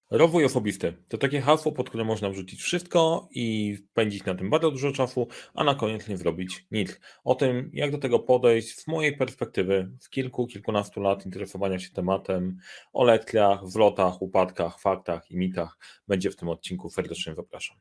Rozwój osobisty to takie hasło, pod które można wrzucić wszystko i spędzić na tym bardzo dużo czasu, a na koniec nie zrobić nic. O tym, jak do tego podejść z mojej perspektywy, z kilkunastu lat interesowania się tematem, o lekcjach, wzlotach, upadkach, faktach i mitach, będzie w tym odcinku. Serdecznie zapraszam.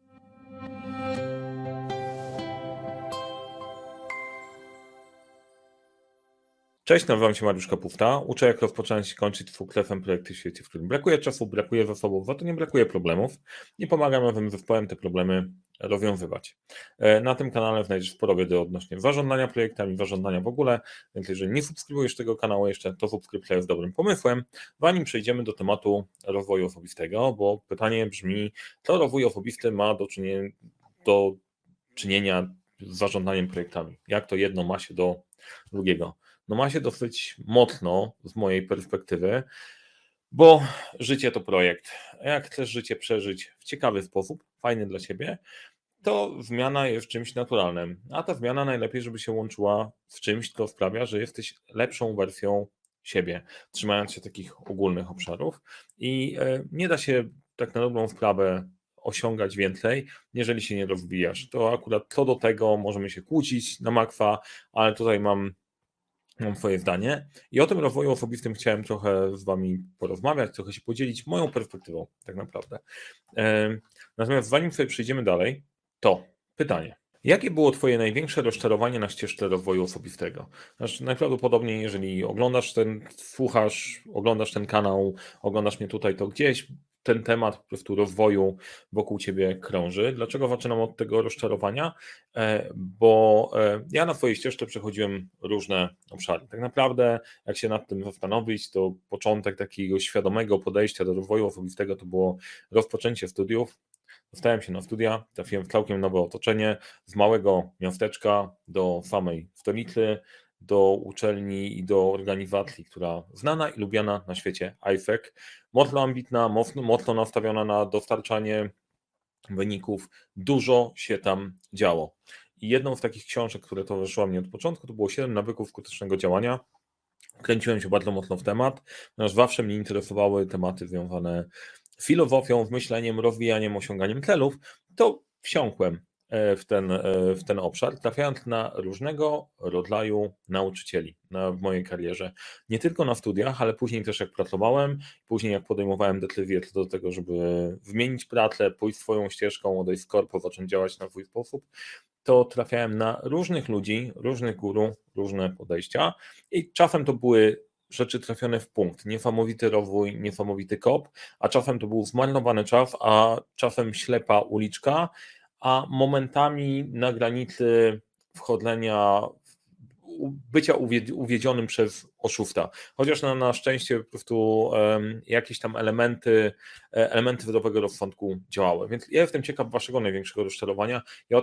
Cześć, nazywam się Mariusz Kapufta. Uczę, jak rozpocząć i kończyć full-time projekty w świecie, w którym brakuje czasu, brakuje zasobów, za to nie brakuje problemów i pomagam razem z zespołem te problemy rozwiązywać. Na tym kanale znajdziesz sporo wiedzy odnośnie zarządzania projektami, zarządzania w ogóle, więc jeżeli nie subskrybujesz tego kanału jeszcze, to subskrypcja jest dobrym pomysłem. Zanim przejdziemy do tematu rozwoju osobistego, bo pytanie brzmi, co rozwój osobisty ma do czynienia z zarządzaniem projektami? Jak to jedno ma się do drugiego? No ma się dosyć mocno z mojej perspektywy, bo życie to projekt. A jak chcesz życie przeżyć w ciekawy sposób, fajny dla siebie, to zmiana jest czymś naturalnym. A ta zmiana najlepiej, żeby się łączyła z czymś, co sprawia, że jesteś lepszą wersją siebie, trzymając się takich ogólnych obszarów. I nie da się tak na dobrą sprawę osiągać więcej, jeżeli się nie rozwijasz. To akurat co do tego możemy się kłócić na makwa, ale tutaj mam swoje zdanie i o tym rozwoju osobistym chciałem trochę z Wami porozmawiać, trochę się podzielić moją perspektywą tak naprawdę. Natomiast zanim sobie przejdziemy dalej, to pytanie. Jakie było Twoje największe rozczarowanie na ścieżce rozwoju osobistego? Znaczy, najprawdopodobniej, jeżeli oglądasz ten kanał, oglądasz mnie tutaj, to gdzieś ten temat po prostu rozwoju wokół Ciebie krąży. Dlaczego zaczynam od tego rozczarowania? Bo ja na swojej ścieżce przechodziłem różne obszary. Tak naprawdę, jak się nad tym zastanowić, to początek takiego świadomego podejścia do rozwoju osobistego to było rozpoczęcie studiów. Dostałem się na studia, trafiłem w całkiem nowe otoczenie, z małego miasteczka do samej stolicy, do uczelni i do organizacji, która znana i lubiana na świecie, IFEC, mocno ambitna, mocno nastawiona na dostarczanie wyników, dużo się tam działo. I jedną z takich książek, które towarzyszyła mnie od początku, to było 7 nawyków skutecznego działania. Kręciłem się bardzo mocno w temat, ponieważ zawsze mnie interesowały tematy związane z filozofią, z myśleniem, rozwijaniem, osiąganiem celów. To wsiąkłem w ten obszar, trafiając na różnego rodzaju nauczycieli w mojej karierze. Nie tylko na studiach, ale później też jak pracowałem, później jak podejmowałem decyzję co do tego, żeby zmienić pracę, pójść swoją ścieżką, odejść z korpo, zacząć działać na swój sposób, to trafiałem na różnych ludzi, różnych guru, różne podejścia i czasem to były rzeczy trafione w punkt. Niesamowity rozwój, niesamowity kop, a czasem to był zmarnowany czas, a czasem ślepa uliczka, a momentami na granicy wchodzenia, bycia uwiedzionym przez oszusta. Chociaż na szczęście po prostu jakieś tam elementy zdrowego rozsądku działały. Więc ja jestem ciekaw Waszego największego rozczarowania.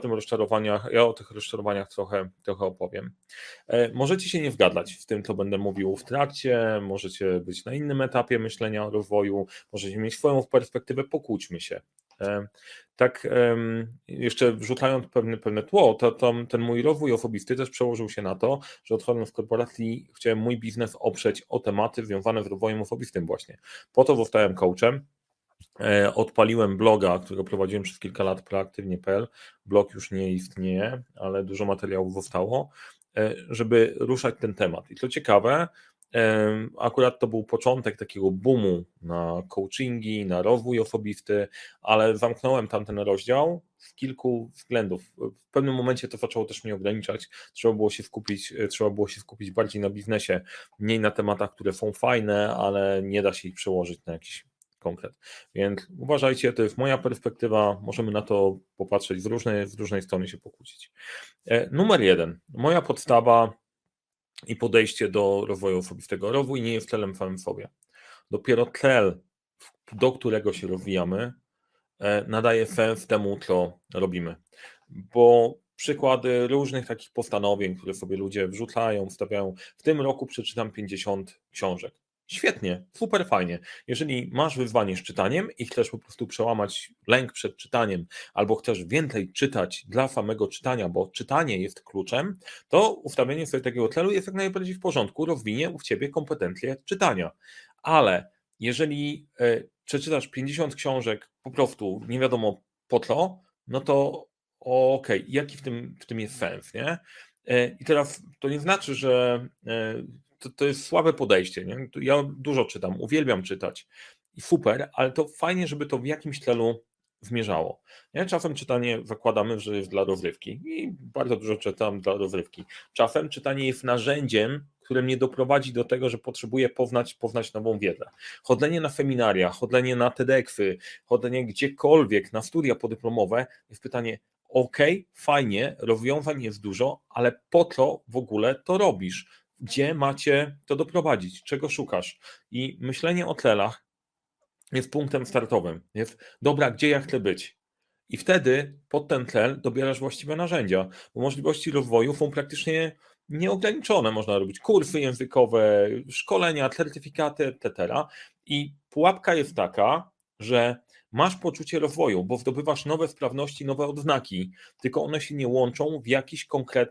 Ja o tych rozczarowaniach trochę opowiem. Możecie się nie zgadzać z tym, co będę mówił w trakcie, możecie być na innym etapie myślenia o rozwoju, możecie mieć swoją perspektywę, pokłóćmy się. Tak, jeszcze wrzucając pewne tło, to ten mój rozwój osobisty też przełożył się na to, że odchodząc z korporacji chciałem mój biznes oprzeć o tematy związane z rozwojem osobistym właśnie. Po to zostałem coachem, odpaliłem bloga, którego prowadziłem przez kilka lat proaktywnie.pl, blog już nie istnieje, ale dużo materiałów zostało, żeby ruszać ten temat. I co ciekawe, akurat to był początek takiego boomu na coachingi, na rozwój osobisty, ale zamknąłem tamten rozdział z kilku względów. W pewnym momencie to zaczęło też mnie ograniczać, trzeba było się skupić bardziej na biznesie, mniej na tematach, które są fajne, ale nie da się ich przełożyć na jakiś konkret. Więc uważajcie, to jest moja perspektywa, możemy na to popatrzeć z różnej strony, się pokłócić. Numer 1. Moja podstawa i podejście do rozwoju osobistego. Rozwój nie jest celem samym sobie. Dopiero cel, do którego się rozwijamy, nadaje sens temu, co robimy. Bo przykłady różnych takich postanowień, które sobie ludzie wrzucają, wstawiają. W tym roku przeczytam 50 książek. Świetnie, super fajnie. Jeżeli masz wyzwanie z czytaniem i chcesz po prostu przełamać lęk przed czytaniem, albo chcesz więcej czytać dla samego czytania, bo czytanie jest kluczem, to ustawienie sobie takiego celu jest jak najbardziej w porządku, rozwinie w ciebie kompetencje czytania. Ale jeżeli przeczytasz 50 książek po prostu nie wiadomo po co, no to okej, jaki w tym jest sens, nie? I teraz to nie znaczy, że to jest słabe podejście, nie? Ja dużo czytam, uwielbiam czytać i super, ale to fajnie, żeby to w jakimś celu zmierzało. Nie? Czasem czytanie zakładamy, że jest dla rozrywki i bardzo dużo czytam dla rozrywki. Czasem czytanie jest narzędziem, które mnie doprowadzi do tego, że potrzebuję poznać nową wiedzę. Chodzenie na seminaria, chodzenie na TEDxy, chodzenie gdziekolwiek na studia podyplomowe jest pytanie, fajnie, rozwiązań jest dużo, ale po co w ogóle to robisz? Gdzie macie to doprowadzić? Czego szukasz? I myślenie o celach jest punktem startowym. Jest, dobra, gdzie ja chcę być? I wtedy pod ten cel dobierasz właściwe narzędzia, bo możliwości rozwoju są praktycznie nieograniczone. Można robić kursy językowe, szkolenia, certyfikaty, etc. I pułapka jest taka, że masz poczucie rozwoju, bo zdobywasz nowe sprawności, nowe odznaki, tylko one się nie łączą w jakiś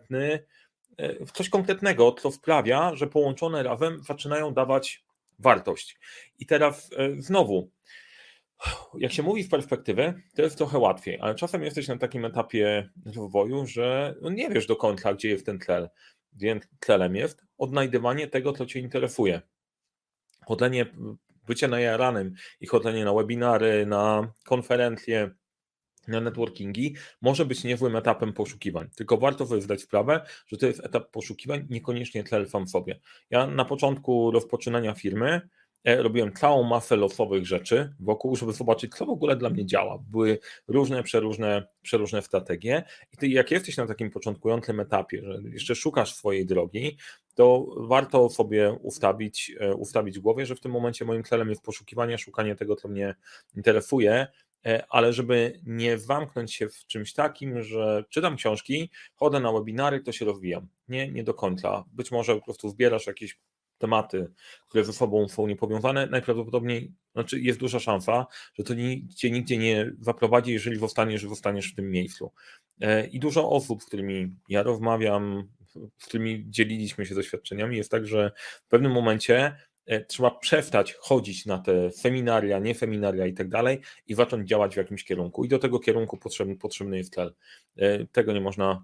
w coś konkretnego, co sprawia, że połączone razem zaczynają dawać wartość. I teraz znowu, jak się mówi w perspektywie, to jest trochę łatwiej, ale czasem jesteś na takim etapie rozwoju, że nie wiesz do końca, gdzie jest ten cel. Więc celem jest odnajdywanie tego, co cię interesuje. Chodzenie, bycie najaranym i chodzenie na webinary, na konferencje, na networkingi może być niezłym etapem poszukiwań. Tylko warto sobie zdać sprawę, że to jest etap poszukiwań, niekoniecznie cel sam w sobie. Ja na początku rozpoczynania firmy robiłem całą masę losowych rzeczy wokół, żeby zobaczyć, co w ogóle dla mnie działa. Były różne, przeróżne strategie i ty, jak jesteś na takim początkującym etapie, że jeszcze szukasz swojej drogi, to warto sobie ustawić w głowie, że w tym momencie moim celem jest poszukiwanie, szukanie tego, co mnie interesuje, ale żeby nie zamknąć się w czymś takim, że czytam książki, chodzę na webinary, to się rozwijam. Nie do końca. Być może po prostu zbierasz jakieś tematy, które ze sobą są niepowiązane, najprawdopodobniej, znaczy jest duża szansa, że to cię nigdzie nie zaprowadzi, jeżeli zostaniesz w tym miejscu. I dużo osób, z którymi ja rozmawiam, z którymi dzieliliśmy się doświadczeniami, jest tak, że w pewnym momencie trzeba przestać chodzić na te seminaria, nie seminaria i tak dalej i zacząć działać w jakimś kierunku. I do tego kierunku potrzebny jest cel. Tego nie można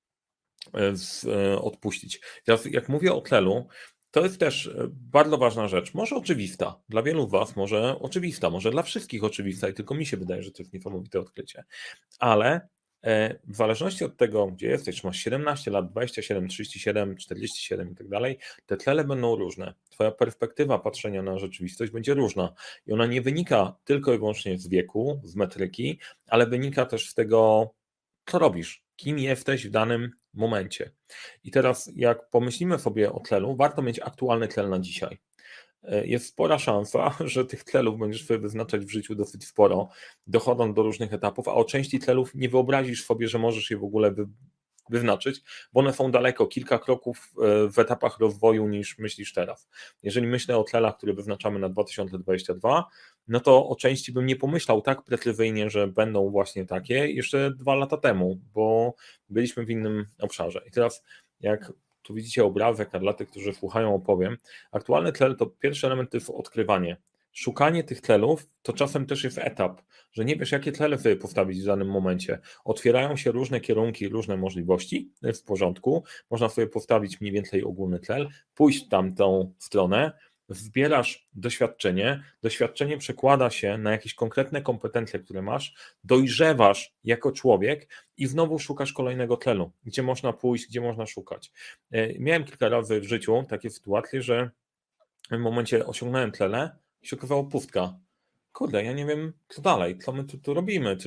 odpuścić. Teraz jak mówię o celu, to jest też bardzo ważna rzecz, może oczywista, dla wielu z Was może oczywista, może dla wszystkich oczywista i tylko mi się wydaje, że to jest niesamowite odkrycie, ale w zależności od tego, gdzie jesteś, czy masz 17 lat, 27, 37, 47 i tak dalej, te cele będą różne. Twoja perspektywa patrzenia na rzeczywistość będzie różna i ona nie wynika tylko i wyłącznie z wieku, z metryki, ale wynika też z tego, co robisz, kim jesteś w danym momencie. I teraz, jak pomyślimy sobie o celu, warto mieć aktualny cel na dzisiaj. Jest spora szansa, że tych celów będziesz sobie wyznaczać w życiu dosyć sporo, dochodząc do różnych etapów, a o części celów nie wyobrazisz sobie, że możesz je w ogóle wyznaczyć, bo one są daleko, kilka kroków w etapach rozwoju niż myślisz teraz. Jeżeli myślę o celach, które wyznaczamy na 2022, no to o części bym nie pomyślał tak precyzyjnie, że będą właśnie takie jeszcze 2 lata temu, bo byliśmy w innym obszarze. I teraz jak tu widzicie obrazek, a dla tych, którzy słuchają, opowiem. Aktualny cel to pierwszy element to jest odkrywanie. Szukanie tych celów to czasem też jest etap, że nie wiesz, jakie cele sobie postawić w danym momencie. Otwierają się różne kierunki, różne możliwości, to jest w porządku. Można sobie postawić mniej więcej ogólny cel, pójść w tamtą stronę, zbierasz doświadczenie przekłada się na jakieś konkretne kompetencje, które masz, dojrzewasz jako człowiek i znowu szukasz kolejnego celu, gdzie można pójść, gdzie można szukać. Miałem kilka razy w życiu takie sytuacje, że w pewnym momencie osiągnąłem cele i się okazało pustka. Kurde, ja nie wiem, co dalej, co my tu robimy,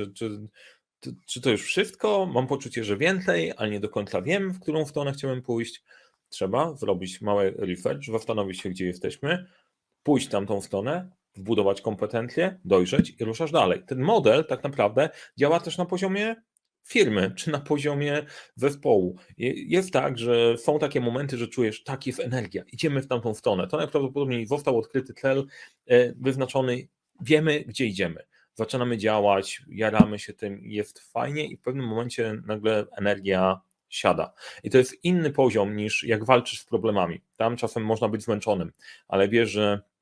czy to już wszystko? Mam poczucie, że więcej, ale nie do końca wiem, w którą stronę chciałem pójść. Trzeba zrobić mały research, zastanowić się, gdzie jesteśmy, pójść w tamtą stronę, wbudować kompetencje, dojrzeć i ruszasz dalej. Ten model tak naprawdę działa też na poziomie firmy, czy na poziomie zespołu. Jest tak, że są takie momenty, że czujesz, tak, jest energia, idziemy w tamtą stronę. To najprawdopodobniej został odkryty cel wyznaczony, wiemy, gdzie idziemy. Zaczynamy działać, jaramy się tym, jest fajnie i w pewnym momencie nagle energia siada. I to jest inny poziom niż jak walczysz z problemami. Tam czasem można być zmęczonym, ale wiesz, że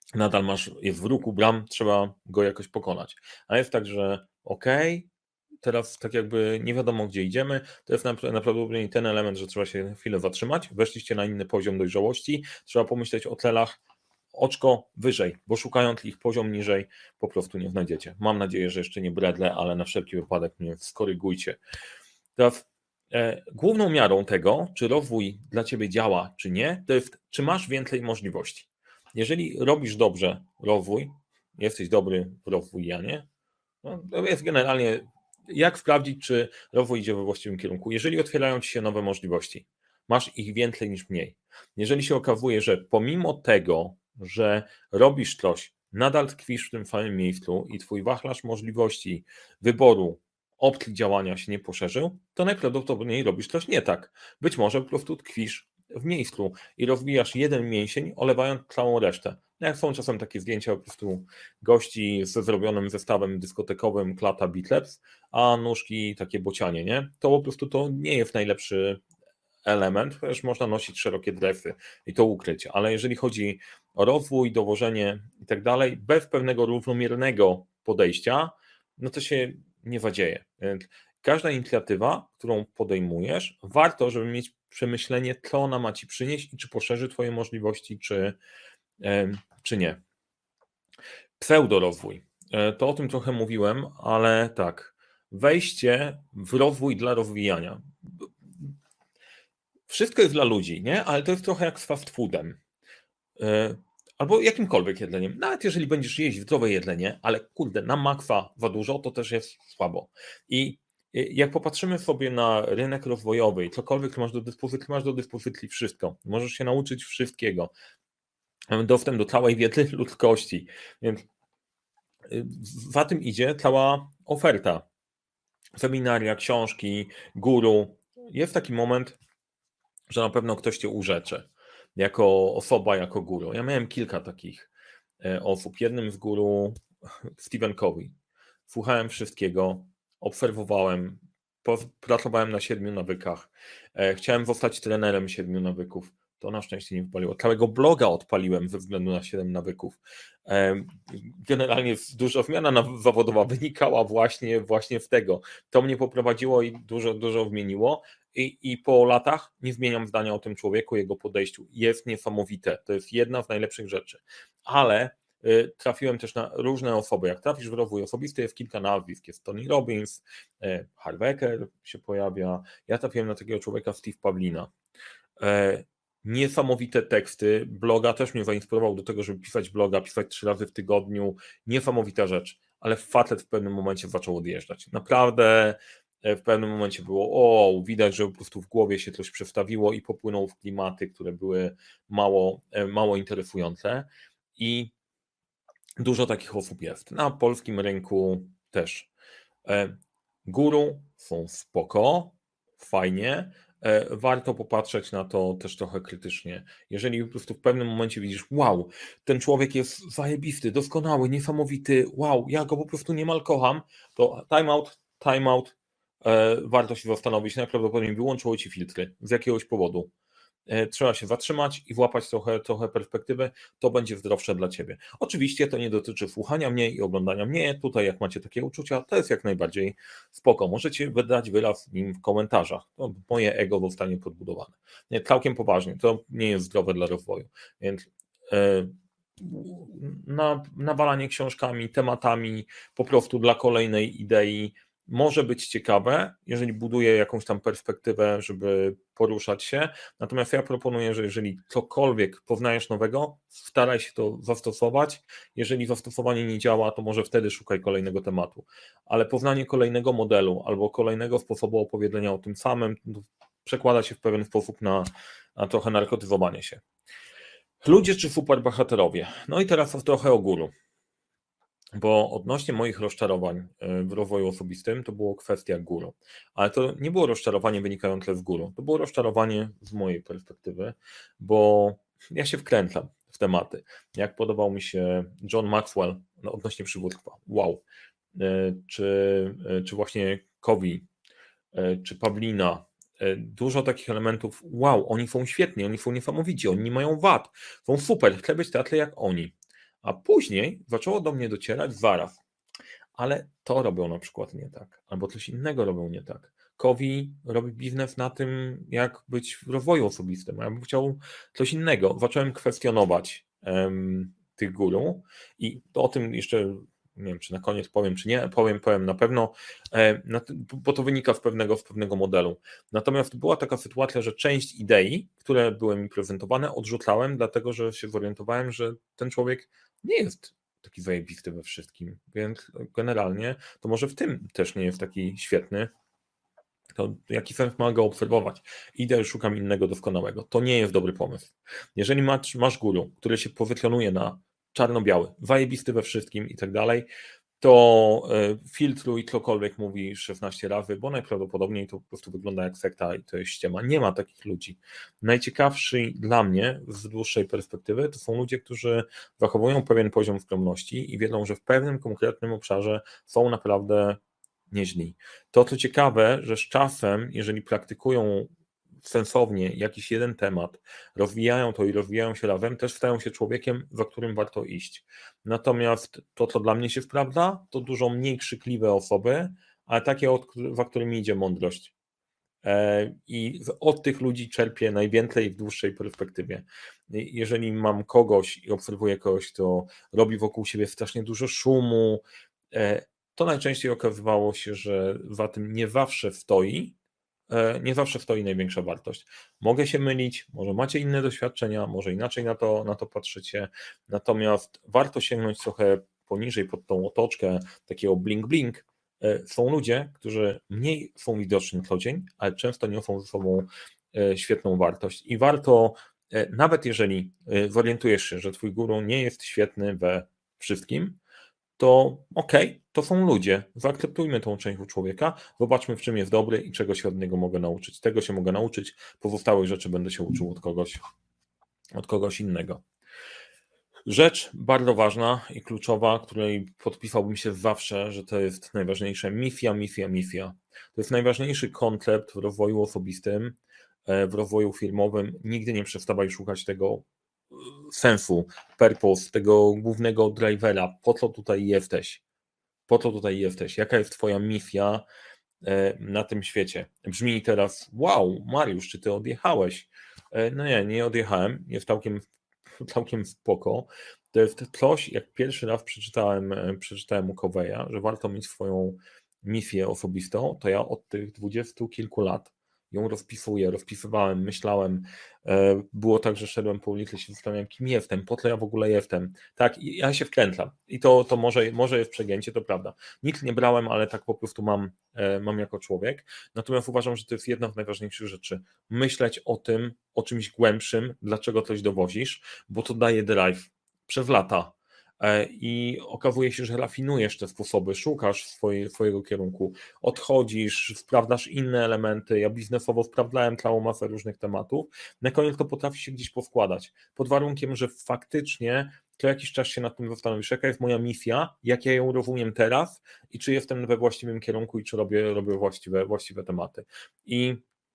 nadal jest w ruchu bram, trzeba go jakoś pokonać. A jest tak, że teraz tak jakby nie wiadomo gdzie idziemy, to jest naprawdę ten element, że trzeba się chwilę zatrzymać, weszliście na inny poziom dojrzałości, trzeba pomyśleć o celach oczko wyżej, bo szukając ich poziom niżej po prostu nie znajdziecie. Mam nadzieję, że jeszcze nie bredle, ale na wszelki wypadek mnie skorygujcie. Teraz główną miarą tego, czy rozwój dla Ciebie działa, czy nie, to jest, czy masz więcej możliwości. Jeżeli robisz dobrze rozwój, jesteś dobry w rozwój, ja nie, no, to jest generalnie jak sprawdzić, czy rozwój idzie we właściwym kierunku. Jeżeli otwierają Ci się nowe możliwości, masz ich więcej niż mniej. Jeżeli się okazuje, że pomimo tego, że robisz coś, nadal tkwisz w tym samym miejscu i Twój wachlarz możliwości wyboru opcji działania się nie poszerzył, to najprawdopodobniej robisz coś nie tak. Być może po prostu tkwisz w miejscu i rozwijasz jeden mięsień, olewając całą resztę. Jak są czasem takie zdjęcia po prostu gości ze zrobionym zestawem dyskotekowym klata biceps, a nóżki takie bocianie, nie? To po prostu to nie jest najlepszy element, chociaż można nosić szerokie dresy i to ukryć, ale jeżeli chodzi o rozwój, dowożenie i tak dalej, bez pewnego równomiernego podejścia, no to się nie zadzieje. Więc każda inicjatywa, którą podejmujesz, warto, żeby mieć przemyślenie, co ona ma Ci przynieść i czy poszerzy Twoje możliwości, czy nie. Pseudorozwój. To o tym trochę mówiłem, ale tak. Wejście w rozwój dla rozwijania. Wszystko jest dla ludzi, nie? Ale to jest trochę jak z fast foodem. Albo jakimkolwiek jedzeniem. Nawet jeżeli będziesz jeść zdrowe jedzenie, ale kurde, na maksa za dużo, to też jest słabo. I jak popatrzymy sobie na rynek rozwojowy i cokolwiek masz do dyspozycji wszystko. Możesz się nauczyć wszystkiego. Mamy dostęp do całej wiedzy ludzkości. Więc za tym idzie cała oferta. Seminaria, książki, guru. Jest taki moment, że na pewno ktoś cię urzecze jako osoba, jako guru. Ja miałem kilka takich osób. Jednym z guru Stephen Covey. Słuchałem wszystkiego, obserwowałem, pracowałem na 7 nawykach. Chciałem zostać trenerem 7 nawyków. To na szczęście nie wypaliło. Całego bloga odpaliłem ze względu na 7 nawyków. Generalnie duża zmiana zawodowa wynikała właśnie z tego. To mnie poprowadziło i dużo zmieniło. I po latach nie zmieniam zdania o tym człowieku, jego podejściu. Jest niesamowite. To jest jedna z najlepszych rzeczy. Ale trafiłem też na różne osoby. Jak trafisz w rozwój osobisty, jest kilka nazwisk. Jest Tony Robbins, Harvecker się pojawia. Ja trafiłem na takiego człowieka, Steve Pawlina. Niesamowite teksty. Bloga też mnie zainspirował do tego, żeby pisać bloga, pisać 3 razy w tygodniu. Niesamowita rzecz. Ale facet w pewnym momencie zaczął odjeżdżać. Naprawdę w pewnym momencie było, widać, że po prostu w głowie się coś przestawiło i popłynął w klimaty, które były mało interesujące. I dużo takich osób jest. Na polskim rynku też. Guru są spoko, fajnie. Warto popatrzeć na to też trochę krytycznie. Jeżeli po prostu w pewnym momencie widzisz, wow, ten człowiek jest zajebisty, doskonały, niesamowity, wow, ja go po prostu niemal kocham, to time out, warto się zastanowić, najprawdopodobniej wyłączyło ci filtry z jakiegoś powodu. Trzeba się zatrzymać i włapać trochę perspektywy, to będzie zdrowsze dla Ciebie. Oczywiście to nie dotyczy słuchania mnie i oglądania mnie, tutaj jak macie takie uczucia, to jest jak najbardziej spoko. Możecie wydać wyraz nim w komentarzach, to moje ego zostanie podbudowane. Nie, całkiem poważnie, to nie jest zdrowe dla rozwoju, więc nawalanie książkami, tematami po prostu dla kolejnej idei może być ciekawe, jeżeli buduje jakąś tam perspektywę, żeby poruszać się. Natomiast ja proponuję, że jeżeli cokolwiek poznajesz nowego, staraj się to zastosować. Jeżeli zastosowanie nie działa, to może wtedy szukaj kolejnego tematu. Ale poznanie kolejnego modelu albo kolejnego sposobu opowiedzenia o tym samym przekłada się w pewien sposób na trochę narkotyzowanie się. Ludzie czy superbohaterowie? No i teraz trochę o guru. Bo odnośnie moich rozczarowań w rozwoju osobistym, to było kwestia guru. Ale to nie było rozczarowanie wynikające z guru. To było rozczarowanie z mojej perspektywy, bo ja się wkręcam w tematy. Jak podobał mi się John Maxwell odnośnie przywództwa. Wow. Czy właśnie Covey, czy Pawlina. Dużo takich elementów. Wow, oni są świetni, oni są niesamowici, oni nie mają wad. Są super, chcę być tacy jak oni. A później zaczęło do mnie docierać zaraz, ale to robią na przykład nie tak, albo coś innego robią nie tak. Kowi robi biznes na tym, jak być w rozwoju osobistym, a ja bym chciał coś innego. Zacząłem kwestionować tych guru i to o tym jeszcze, nie wiem, czy na koniec powiem, czy nie, powiem na pewno, bo to wynika z pewnego modelu. Natomiast była taka sytuacja, że część idei, które były mi prezentowane, odrzucałem, dlatego że się zorientowałem, że ten człowiek nie jest taki zajebisty we wszystkim, więc generalnie to może w tym też nie jest taki świetny. To jaki sens ma go obserwować? Idę, szukam innego doskonałego. To nie jest dobry pomysł. Jeżeli masz guru, który się pozycjonuje na czarno-biały, zajebisty we wszystkim i tak dalej, to filtruj cokolwiek mówi 16 razy, bo najprawdopodobniej to po prostu wygląda jak sekta i to jest ściema. Nie ma takich ludzi. Najciekawszy dla mnie z dłuższej perspektywy to są ludzie, którzy zachowują pewien poziom skromności i wiedzą, że w pewnym konkretnym obszarze są naprawdę nieźli. To, co ciekawe, że z czasem, jeżeli praktykują sensownie jakiś jeden temat, rozwijają to i rozwijają się razem, też stają się człowiekiem, za którym warto iść. Natomiast to, co dla mnie się sprawdza, to dużo mniej krzykliwe osoby, ale takie, za którymi idzie mądrość. I od tych ludzi czerpię najwięcej w dłuższej perspektywie. Jeżeli mam kogoś i obserwuję kogoś, kto robi wokół siebie strasznie dużo szumu, to najczęściej okazywało się, że za tym nie zawsze stoi największa wartość. Mogę się mylić, może macie inne doświadczenia, może inaczej na to patrzycie, natomiast warto sięgnąć trochę poniżej pod tą otoczkę takiego bling-bling. Są ludzie, którzy mniej są widoczni na co dzień, ale często niosą ze sobą świetną wartość i warto, nawet jeżeli zorientujesz się, że twój guru nie jest świetny we wszystkim, to okej, to są ludzie. Zaakceptujmy tą część u człowieka, zobaczmy, w czym jest dobry i czego się od niego mogę nauczyć. Tego się mogę nauczyć, pozostałych rzeczy będę się uczył od kogoś innego. Rzecz bardzo ważna i kluczowa, której podpisałbym się zawsze, że to jest najważniejsze. Misja. To jest najważniejszy koncept w rozwoju osobistym, w rozwoju firmowym. Nigdy nie przestawaj szukać tego sensu, purpose, tego głównego drivera. Po co tutaj jesteś? Po co tutaj jesteś? Jaka jest twoja misja na tym świecie? Brzmi teraz, wow, Mariusz, czy ty odjechałeś? No nie odjechałem, jest całkiem spoko. To jest coś, jak pierwszy raz przeczytałem u Coveya, że warto mieć swoją misję osobistą, to ja od tych 20 kilku lat ją rozpisywałem, myślałem. Było tak, że szedłem po ulicy, się zastanawiałem, kim jestem, po co ja w ogóle jestem. Tak, ja się wkręcam i to może jest przegięcie, to prawda. Nic nie brałem, ale tak po prostu mam jako człowiek. Natomiast uważam, że to jest jedna z najważniejszych rzeczy. Myśleć o tym, o czymś głębszym, dlaczego coś dowozisz, bo to daje drive przez lata. I okazuje się, że rafinujesz te sposoby, szukasz swojego kierunku, odchodzisz, sprawdzasz inne elementy. Ja biznesowo sprawdzałem całą masę różnych tematów. Na koniec to potrafi się gdzieś poskładać, pod warunkiem, że faktycznie co jakiś czas się nad tym zastanowisz, jaka jest moja misja, jak ja ją rozumiem teraz i czy jestem we właściwym kierunku i czy robię właściwe tematy. I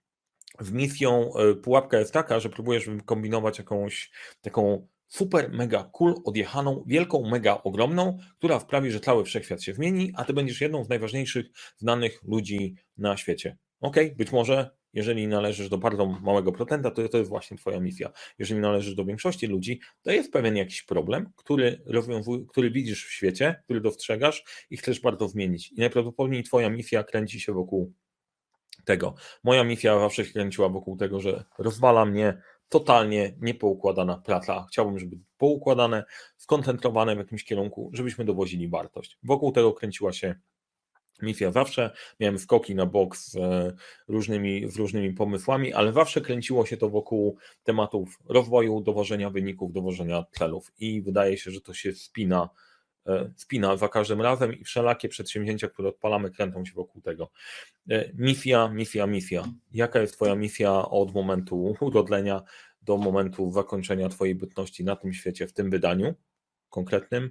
z misją pułapka jest taka, że próbujesz kombinować jakąś taką super, mega cool, odjechaną, wielką, mega ogromną, która sprawi, że cały wszechświat się zmieni, a ty będziesz jedną z najważniejszych znanych ludzi na świecie. Okej, być może, jeżeli należysz do bardzo małego procenta, to jest właśnie twoja misja. Jeżeli należysz do większości ludzi, to jest pewien jakiś problem, który widzisz w świecie, który dostrzegasz i chcesz bardzo zmienić. I najprawdopodobniej twoja misja kręci się wokół tego. Moja misja zawsze się kręciła wokół tego, że rozwala mnie totalnie niepoukładana praca. Chciałbym, żeby poukładane, skoncentrowane w jakimś kierunku, żebyśmy dowozili wartość. Wokół tego kręciła się misja zawsze. Miałem skoki na bok z różnymi pomysłami, ale zawsze kręciło się to wokół tematów rozwoju, dowożenia wyników, dowożenia celów i wydaje się, że to się spina za każdym razem i wszelakie przedsięwzięcia, które odpalamy, kręcą się wokół tego. Misja. Jaka jest twoja misja od momentu urodzenia do momentu zakończenia twojej bytności na tym świecie, w tym wydaniu konkretnym?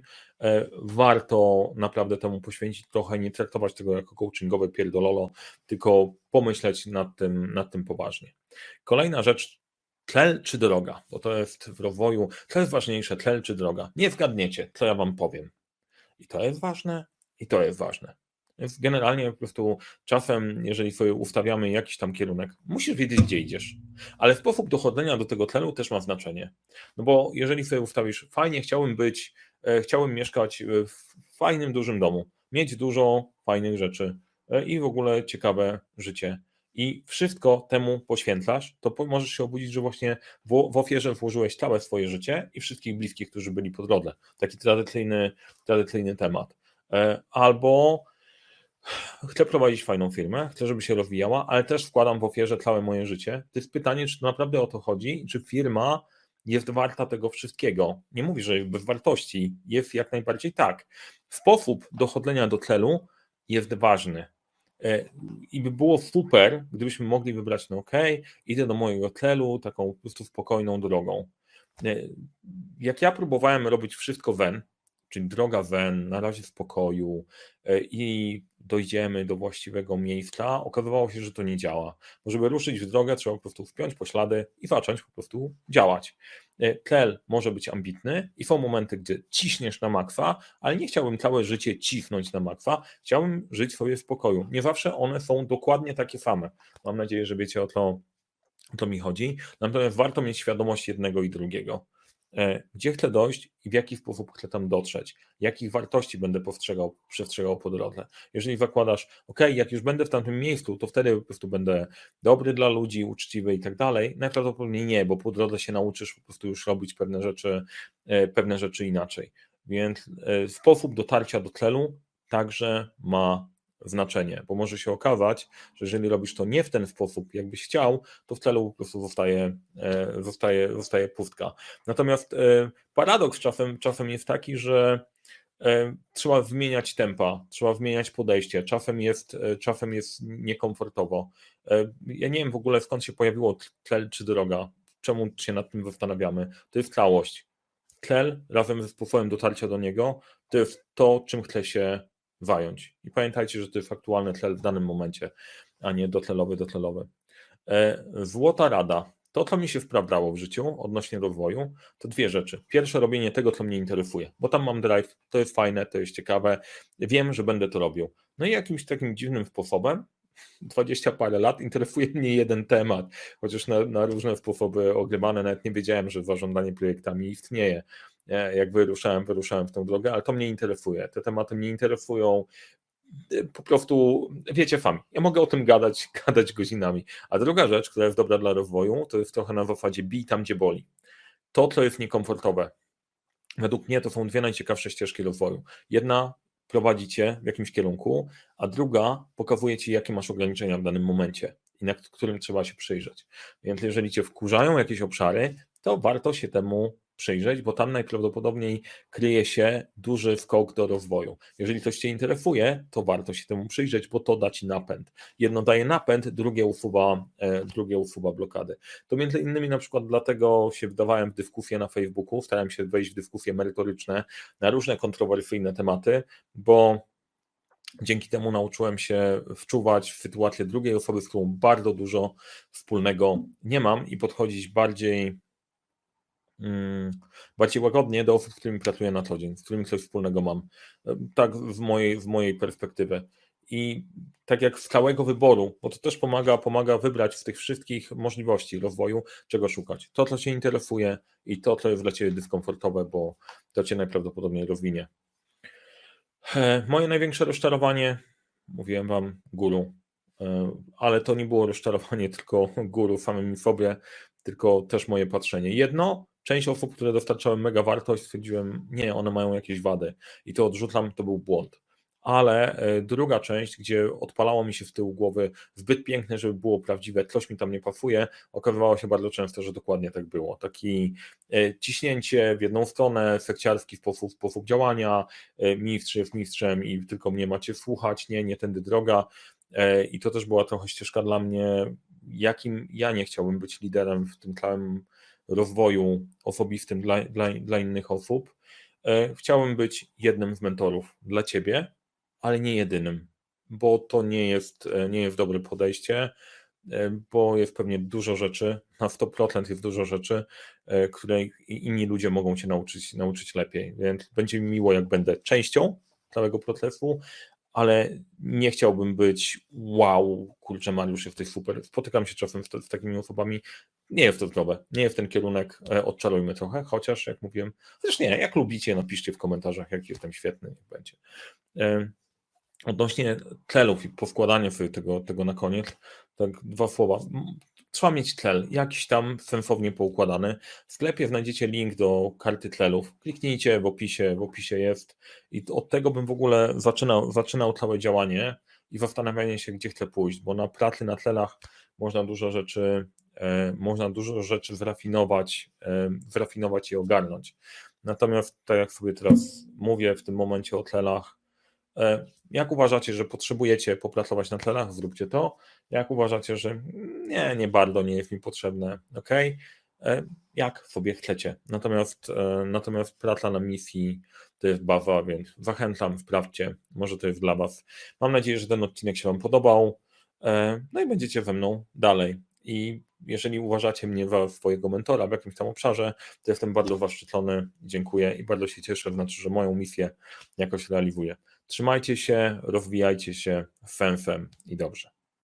Warto naprawdę temu poświęcić trochę, nie traktować tego jako coachingowe pierdololo, tylko pomyśleć nad tym poważnie. Kolejna rzecz, Tlel czy droga? Bo to jest w rozwoju, co jest ważniejsze, tlel czy droga? Nie zgadniecie, co ja wam powiem. I to jest ważne, i to jest ważne. Więc generalnie po prostu czasem, jeżeli sobie ustawiamy jakiś tam kierunek, musisz wiedzieć, gdzie idziesz. Ale sposób dochodzenia do tego tlenu też ma znaczenie. No bo jeżeli sobie ustawisz, fajnie, chciałbym mieszkać w fajnym, dużym domu, mieć dużo fajnych rzeczy i w ogóle ciekawe życie. I wszystko temu poświęcasz, to możesz się obudzić, że właśnie w ofierze włożyłeś całe swoje życie i wszystkich bliskich, którzy byli po drodze. Taki tradycyjny temat. Albo chcę prowadzić fajną firmę, chcę, żeby się rozwijała, ale też wkładam w ofierze całe moje życie. To jest pytanie, czy to naprawdę o to chodzi, czy firma jest warta tego wszystkiego. Nie mówię, że bez wartości, jest jak najbardziej tak. Sposób dochodzenia do celu jest ważny. I by było super, gdybyśmy mogli wybrać, no okej, idę do mojego celu taką po prostu spokojną drogą. Jak ja próbowałem robić wszystko wen, czyli droga wen, na razie w spokoju i dojdziemy do właściwego miejsca, okazywało się, że to nie działa. Bo żeby ruszyć w drogę, trzeba po prostu wpiąć poślady i zacząć po prostu działać. Cel może być ambitny i są momenty, gdzie ciśniesz na maksa, ale nie chciałbym całe życie cisnąć na maksa, chciałbym żyć sobie w spokoju. Nie zawsze one są dokładnie takie same. Mam nadzieję, że wiecie, o to mi chodzi. Natomiast warto mieć świadomość jednego i drugiego. Gdzie chcę dojść i w jaki sposób chcę tam dotrzeć, jakich wartości będę przestrzegał po drodze. Jeżeli zakładasz, ok, jak już będę w tamtym miejscu, to wtedy po prostu będę dobry dla ludzi, uczciwy i tak dalej, najprawdopodobniej nie, bo po drodze się nauczysz po prostu już robić pewne rzeczy inaczej. Więc sposób dotarcia do celu także ma znaczenie, bo może się okazać, że jeżeli robisz to nie w ten sposób, jakbyś chciał, to w celu po prostu zostaje pustka. Natomiast paradoks czasem jest taki, że trzeba zmieniać tempa, trzeba zmieniać podejście, czasem jest niekomfortowo. Ja nie wiem w ogóle, skąd się pojawiło tlel czy droga, czemu się nad tym zastanawiamy. To jest całość. Tlel razem ze sposobem dotarcia do niego to jest to, czym chcę się zająć. I pamiętajcie, że to jest aktualny tlel w danym momencie, a nie dotlelowy. Złota rada. To, co mi się sprawdzało w życiu odnośnie rozwoju, to dwie rzeczy. Pierwsze, robienie tego, co mnie interesuje, bo tam mam drive, to jest fajne, to jest ciekawe, wiem, że będę to robił. No i jakimś takim dziwnym sposobem, 20 parę lat, interesuje mnie jeden temat, chociaż na różne sposoby ogrywane, nawet nie wiedziałem, że zarządzanie projektami istnieje. Jak wyruszałem w tę drogę, ale to mnie interesuje. Te tematy mnie interesują, po prostu, wiecie sami, ja mogę o tym gadać godzinami. A druga rzecz, która jest dobra dla rozwoju, to jest trochę na zasadzie bij tam, gdzie boli. To, co jest niekomfortowe. Według mnie to są dwie najciekawsze ścieżki rozwoju. Jedna prowadzi cię w jakimś kierunku, a druga pokazuje ci, jakie masz ograniczenia w danym momencie i nad którym trzeba się przyjrzeć. Więc jeżeli cię wkurzają jakieś obszary, to warto się temu przyjrzeć, bo tam najprawdopodobniej kryje się duży skok do rozwoju. Jeżeli coś cię interesuje, to warto się temu przyjrzeć, bo to da ci napęd. Jedno daje napęd, drugie usuwa blokady. To między innymi na przykład dlatego się wdawałem w dyskusje na Facebooku, starałem się wejść w dyskusje merytoryczne na różne kontrowersyjne tematy, bo dzięki temu nauczyłem się wczuwać w sytuację drugiej osoby, z którą bardzo dużo wspólnego nie mam i podchodzić bardziej łagodnie do osób, z którymi pracuję na co dzień, z którymi coś wspólnego mam. Tak z mojej perspektywy. I tak jak z całego wyboru, bo to też pomaga wybrać z tych wszystkich możliwości rozwoju, czego szukać. To, co Cię interesuje i to, co jest dla Ciebie dyskomfortowe, bo to Cię najprawdopodobniej rozwinie. Moje największe rozczarowanie, mówiłem Wam, guru, ale to nie było rozczarowanie tylko guru samym sobie, tylko też moje patrzenie. Część osób, które dostarczały mega wartość, stwierdziłem, nie, one mają jakieś wady i to odrzucam, to był błąd. Ale druga część, gdzie odpalało mi się w tył głowy zbyt piękne, żeby było prawdziwe, coś mi tam nie pasuje, okazywało się bardzo często, że dokładnie tak było. Taki ciśnięcie w jedną stronę, sekciarski sposób działania, mistrz jest mistrzem i tylko mnie macie słuchać, nie tędy droga. I to też była trochę ścieżka dla mnie, jakim ja nie chciałbym być liderem w tym całym rozwoju osobistym dla innych osób. Chciałbym być jednym z mentorów dla Ciebie, ale nie jedynym, bo to nie jest dobre podejście. bo jest pewnie dużo rzeczy, na 100% jest dużo rzeczy, której inni ludzie mogą cię nauczyć lepiej, więc będzie mi miło, jak będę częścią całego procesu, ale nie chciałbym być wow, kurczę, Mariusz, jesteś super. Spotykam się czasem z takimi osobami. Nie jest to zdrowe, nie jest ten kierunek, odczarujmy trochę, chociaż jak mówiłem, też nie, jak lubicie, napiszcie w komentarzach, jak jestem świetny, niech będzie. Odnośnie celów i poskładania sobie tego na koniec, tak 2 słowa. Trzeba mieć cel, jakiś tam sensownie poukładany. W sklepie znajdziecie link do karty celów. Kliknijcie w opisie jest. I od tego bym w ogóle zaczynał całe działanie i zastanawianie się, gdzie chcę pójść, bo na pracy na celach można dużo rzeczy wyrafinować i ogarnąć. Natomiast tak jak sobie teraz mówię w tym momencie o celach, jak uważacie, że potrzebujecie popracować na celach, zróbcie to. Jak uważacie, że nie bardzo nie jest mi potrzebne, ok, jak sobie chcecie. Natomiast praca na misji to jest baza, więc zachęcam, sprawdźcie, może to jest dla Was. Mam nadzieję, że ten odcinek się Wam podobał, no i będziecie ze mną dalej. I jeżeli uważacie mnie za swojego mentora w jakimś tam obszarze, to jestem bardzo zaszczycony, dziękuję i bardzo się cieszę, znaczy, że moją misję jakoś realizuję. Trzymajcie się, rozwijajcie się, fem i dobrze.